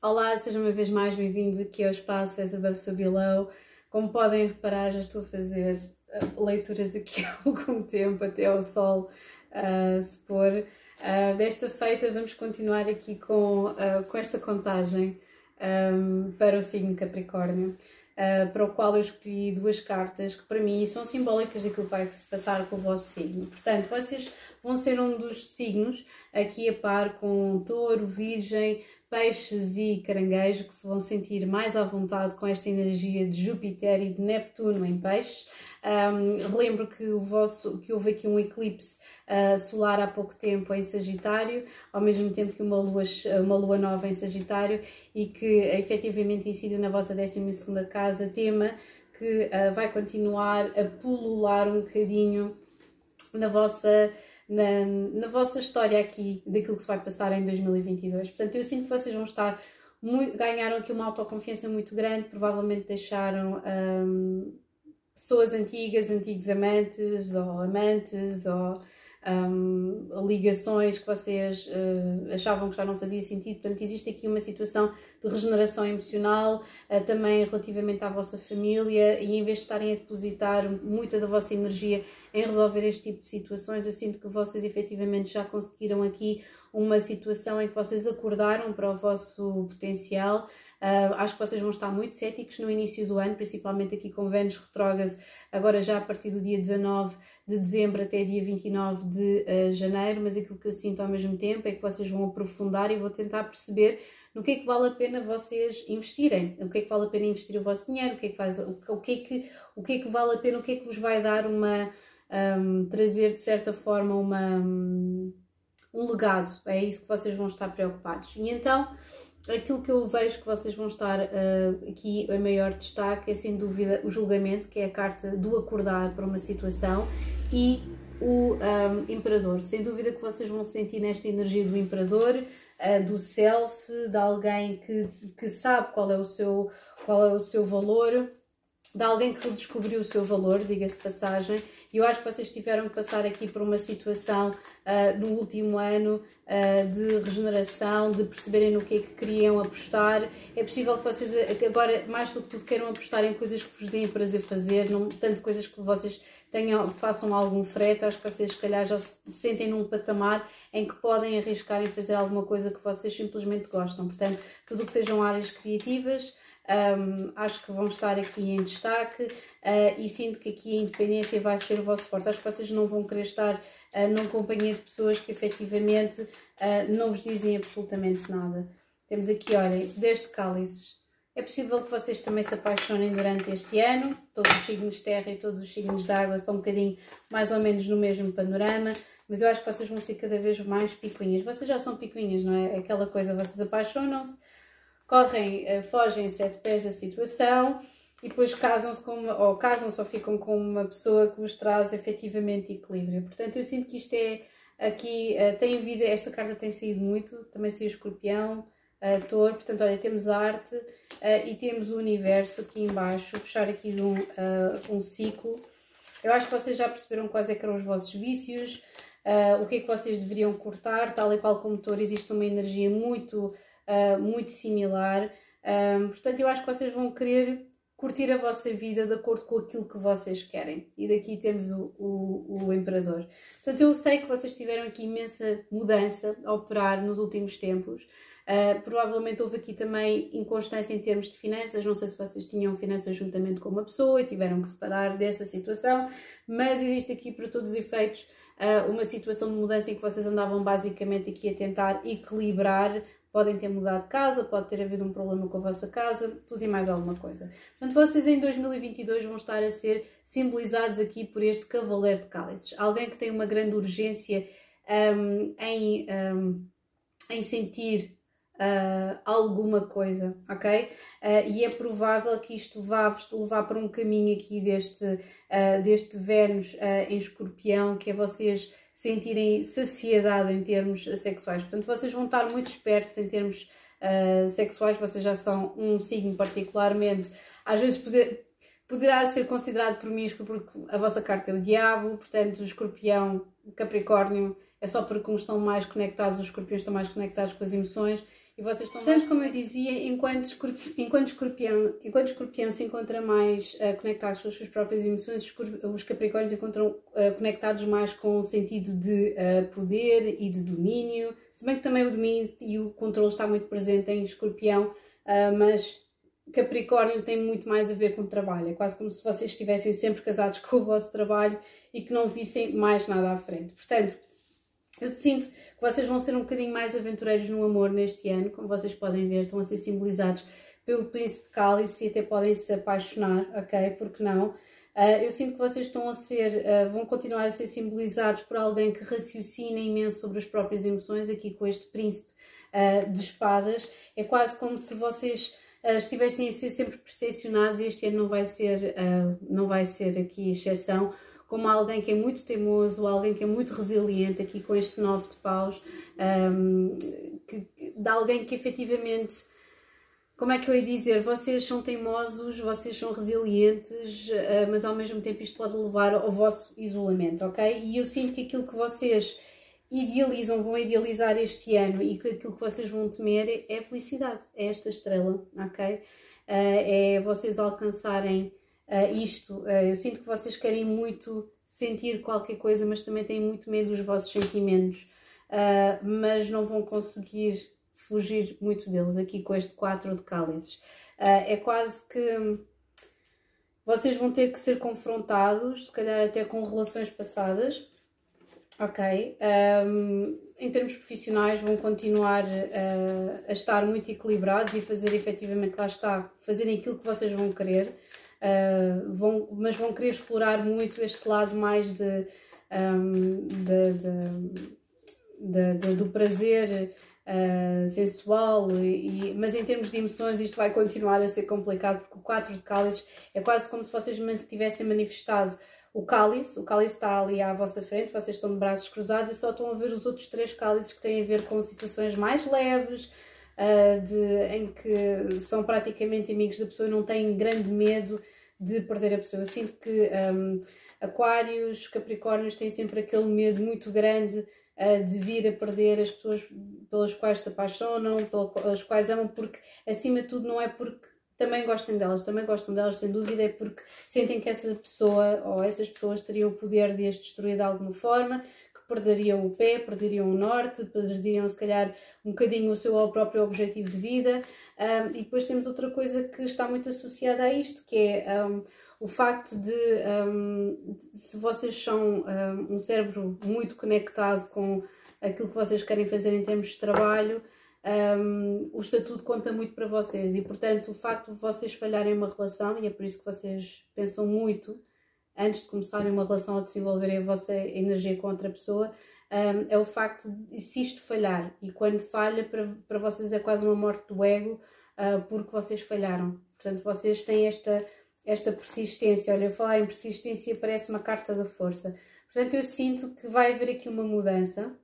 Olá, sejam uma vez mais bem-vindos aqui ao espaço As Above So Below. Como podem reparar, já estou a fazer leituras aqui há algum tempo, até ao sol se pôr. Desta feita vamos continuar aqui com esta contagem para o signo Capricórnio, para o qual eu escolhi duas cartas que para mim são simbólicas daquilo que vai se passar com o vosso signo. Portanto, vocês vão ser um dos signos aqui a par com Touro, Virgem, Peixes e Caranguejo, que se vão sentir mais à vontade com esta energia de Júpiter e de Neptuno em Peixes. Relembro que houve aqui um eclipse solar há pouco tempo em Sagitário, ao mesmo tempo que uma lua nova em Sagitário, e que efetivamente incide na vossa 12ª casa, tema que vai continuar a pulular um bocadinho na vossa história aqui, daquilo que se vai passar em 2022. Portanto, eu sinto que vocês vão estar ganharam aqui uma autoconfiança muito grande, provavelmente deixaram pessoas antigos amantes, ou ligações que vocês achavam que já não fazia sentido. Portanto, existe aqui uma situação de regeneração emocional, também relativamente à vossa família, e em vez de estarem a depositar muita da vossa energia em resolver este tipo de situações, eu sinto que vocês efetivamente já conseguiram aqui uma situação em que vocês acordaram para o vosso potencial. Acho que vocês vão estar muito céticos no início do ano, principalmente aqui com Vênus retrógrado, agora já a partir do dia 19 de dezembro até dia 29 de janeiro, mas aquilo que eu sinto ao mesmo tempo é que vocês vão aprofundar e vou tentar perceber no que é que vale a pena vocês investirem, o que é que vale a pena investir o vosso dinheiro, o que é que vale a pena, o que é que vos vai dar trazer de certa forma um legado. É isso que vocês vão estar preocupados. E então, aquilo que eu vejo que vocês vão estar aqui em maior destaque é sem dúvida o julgamento, que é a carta do acordar para uma situação, e o imperador. Sem dúvida que vocês vão sentir nesta energia do imperador, do self, de alguém que sabe qual é o seu valor, de alguém que redescobriu o seu valor, diga-se de passagem. E eu acho que vocês tiveram que passar aqui por uma situação no último ano de regeneração, de perceberem no que é que queriam apostar. É possível que vocês agora, mais do que tudo, queiram apostar em coisas que vos deem prazer fazer, não tanto coisas que vocês façam algum frete. Acho que vocês se calhar já se sentem num patamar em que podem arriscar em fazer alguma coisa que vocês simplesmente gostam. Portanto, tudo o que sejam áreas criativas, acho que vão estar aqui em destaque, e sinto que aqui a independência vai ser o vosso forte. Acho que vocês não vão querer estar numa companhia de pessoas que efetivamente não vos dizem absolutamente nada. Temos aqui, olhem, 10 de cálices. É possível que vocês também se apaixonem durante este ano. Todos os signos de terra e todos os signos de água estão um bocadinho mais ou menos no mesmo panorama, mas eu acho que vocês vão ser cada vez mais picuinhas. Vocês já são picuinhas, não é? Aquela coisa, vocês apaixonam-se, fogem 7 pés da situação e depois casam-se ou ficam com uma pessoa que vos traz efetivamente equilíbrio. Portanto, eu sinto que isto é aqui, tem vida, esta carta tem saído muito, também saiu Escorpião, Touro. Portanto, olha, temos arte e temos o universo aqui em baixo, fechar aqui um ciclo. Eu acho que vocês já perceberam quais é que eram os vossos vícios, o que é que vocês deveriam cortar. Tal e qual como Touro, existe uma energia muito similar. Portanto, eu acho que vocês vão querer curtir a vossa vida de acordo com aquilo que vocês querem. E daqui temos o imperador. Portanto, eu sei que vocês tiveram aqui imensa mudança a operar nos últimos tempos. Provavelmente houve aqui também inconstância em termos de finanças. Não sei se vocês tinham finanças juntamente com uma pessoa e tiveram que separar dessa situação, mas existe aqui, para todos os efeitos, uma situação de mudança em que vocês andavam basicamente aqui a tentar equilibrar. Podem ter mudado de casa, pode ter havido um problema com a vossa casa, tudo e mais alguma coisa. Portanto, vocês em 2022 vão estar a ser simbolizados aqui por este cavaleiro de cálices. Alguém que tem uma grande urgência em sentir alguma coisa, ok? E é provável que isto vá-vos levar para um caminho aqui deste Vênus em Escorpião, que é vocês sentirem saciedade em termos sexuais. Portanto, vocês vão estar muito espertos em termos sexuais. Vocês já são um signo particularmente, às vezes poderá ser considerado promíscuo porque a vossa carta é o diabo. Portanto, o Escorpião, Capricórnio, é só porque como estão mais conectados, os escorpiões estão mais conectados com as emoções, e vocês estão mais... Portanto, como eu dizia, enquanto escorpião se encontra mais conectado com as suas próprias emoções, os capricórnios encontram conectados mais com o sentido de poder e de domínio, se bem que também o domínio e o controle está muito presente em escorpião, mas Capricórnio tem muito mais a ver com o trabalho, é quase como se vocês estivessem sempre casados com o vosso trabalho e que não vissem mais nada à frente. Portanto, eu sinto que vocês vão ser um bocadinho mais aventureiros no amor neste ano, como vocês podem ver, estão a ser simbolizados pelo Príncipe de Cálice e até podem se apaixonar, ok? Porque não? Eu sinto que vocês estão a ser, vão continuar a ser simbolizados por alguém que raciocina imenso sobre as próprias emoções, aqui com este Príncipe de Espadas. É quase como se vocês estivessem a ser sempre percepcionados, e este ano não vai ser aqui exceção, como alguém que é muito teimoso, alguém que é muito resiliente, aqui com este 9 de paus, de alguém que efetivamente, como é que eu ia dizer, vocês são teimosos, vocês são resilientes, mas ao mesmo tempo isto pode levar ao vosso isolamento, ok? E eu sinto que aquilo que vocês vão idealizar este ano e que aquilo que vocês vão temer é a felicidade, é esta estrela, ok? É vocês alcançarem isto. Eu sinto que vocês querem muito sentir qualquer coisa, mas também têm muito medo dos vossos sentimentos, mas não vão conseguir fugir muito deles, aqui com este 4 de cálices. É quase que vocês vão ter que ser confrontados, se calhar até com relações passadas, ok? Em termos profissionais vão continuar a estar muito equilibrados e fazer efetivamente, lá está, fazerem aquilo que vocês vão querer, mas vão querer explorar muito este lado mais do prazer sensual, mas em termos de emoções isto vai continuar a ser complicado, porque o 4 de cálices é quase como se vocês tivessem manifestado o cálice está ali à vossa frente, vocês estão de braços cruzados e só estão a ver os outros 3 cálices que têm a ver com situações mais leves, em que são praticamente amigos da pessoa e não têm grande medo de perder a pessoa. Eu sinto que Aquários, Capricórnios têm sempre aquele medo muito grande de vir a perder as pessoas pelas quais se apaixonam, pelas quais amam, porque acima de tudo não é porque também gostam delas sem dúvida, é porque sentem que essa pessoa ou essas pessoas teriam o poder de as destruir de alguma forma, que perderiam o pé, perderiam o norte, perderiam se calhar um bocadinho o seu próprio objetivo de vida. E depois temos outra coisa que está muito associada a isto, que é o facto de se vocês são um cérebro muito conectado com aquilo que vocês querem fazer em termos de trabalho, o estatuto conta muito para vocês e, portanto, o facto de vocês falharem uma relação, e é por isso que vocês pensam muito antes de começarem uma relação ou desenvolverem a vossa energia com outra pessoa, é o facto de, se isto falhar, e quando falha, para vocês é quase uma morte do ego, porque vocês falharam. Portanto, vocês têm esta persistência. Olha, eu falar em persistência parece uma carta da força. Portanto, eu sinto que vai haver aqui uma mudança,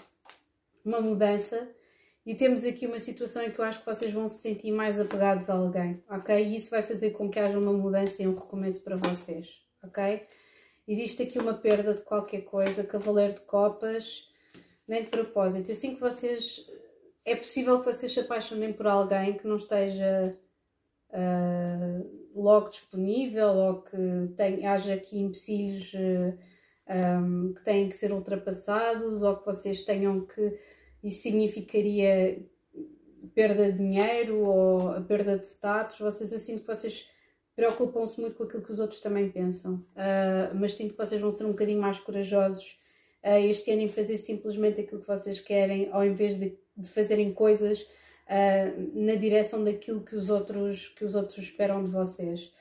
e temos aqui uma situação em que eu acho que vocês vão se sentir mais apegados a alguém, ok? E isso vai fazer com que haja uma mudança e um recomeço para vocês, ok? Existe aqui uma perda de qualquer coisa, Cavaleiro de Copas, nem de propósito. Eu sinto que vocês, é possível que vocês se apaixonem por alguém que não esteja logo disponível, ou que haja aqui empecilhos que têm que ser ultrapassados, ou que vocês tenham que... Isso significaria perda de dinheiro ou a perda de status. Eu sinto que vocês preocupam-se muito com aquilo que os outros também pensam, mas sinto que vocês vão ser um bocadinho mais corajosos este ano em fazer simplesmente aquilo que vocês querem, ao invés de fazerem coisas na direção daquilo que os outros esperam de vocês.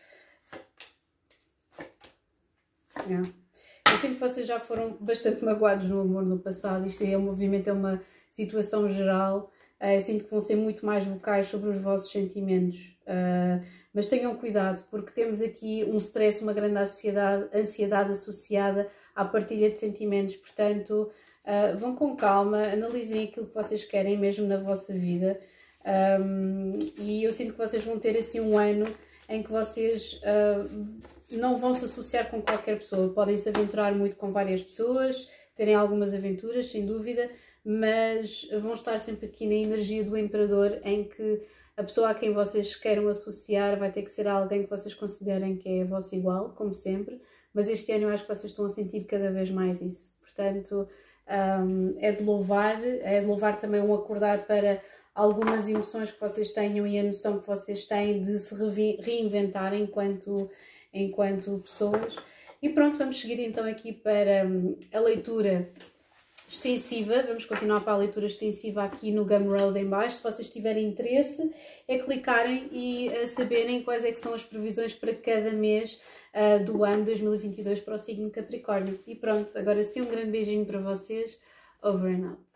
Eu sinto que vocês já foram bastante magoados no amor no passado. Isto é um movimento, é uma situação geral. Eu sinto que vão ser muito mais vocais sobre os vossos sentimentos. Mas tenham cuidado, porque temos aqui um stress, uma grande ansiedade associada à partilha de sentimentos. Portanto, vão com calma, analisem aquilo que vocês querem mesmo na vossa vida. E eu sinto que vocês vão ter assim um ano em que vocês não vão se associar com qualquer pessoa. Podem se aventurar muito com várias pessoas, terem algumas aventuras, sem dúvida, mas vão estar sempre aqui na energia do Imperador, em que a pessoa a quem vocês queiram associar vai ter que ser alguém que vocês considerem que é vosso igual, como sempre, mas este ano eu acho que vocês estão a sentir cada vez mais isso. Portanto, é de louvar também um acordar para algumas emoções que vocês tenham e a noção que vocês têm de se reinventar enquanto pessoas. E pronto, vamos seguir então aqui para a leitura extensiva. Vamos continuar para a leitura extensiva aqui no Gumroad em baixo. Se vocês tiverem interesse, é clicarem e saberem quais é que são as previsões para cada mês do ano 2022 para o signo Capricórnio. E pronto, agora sim, um grande beijinho para vocês. Over and out.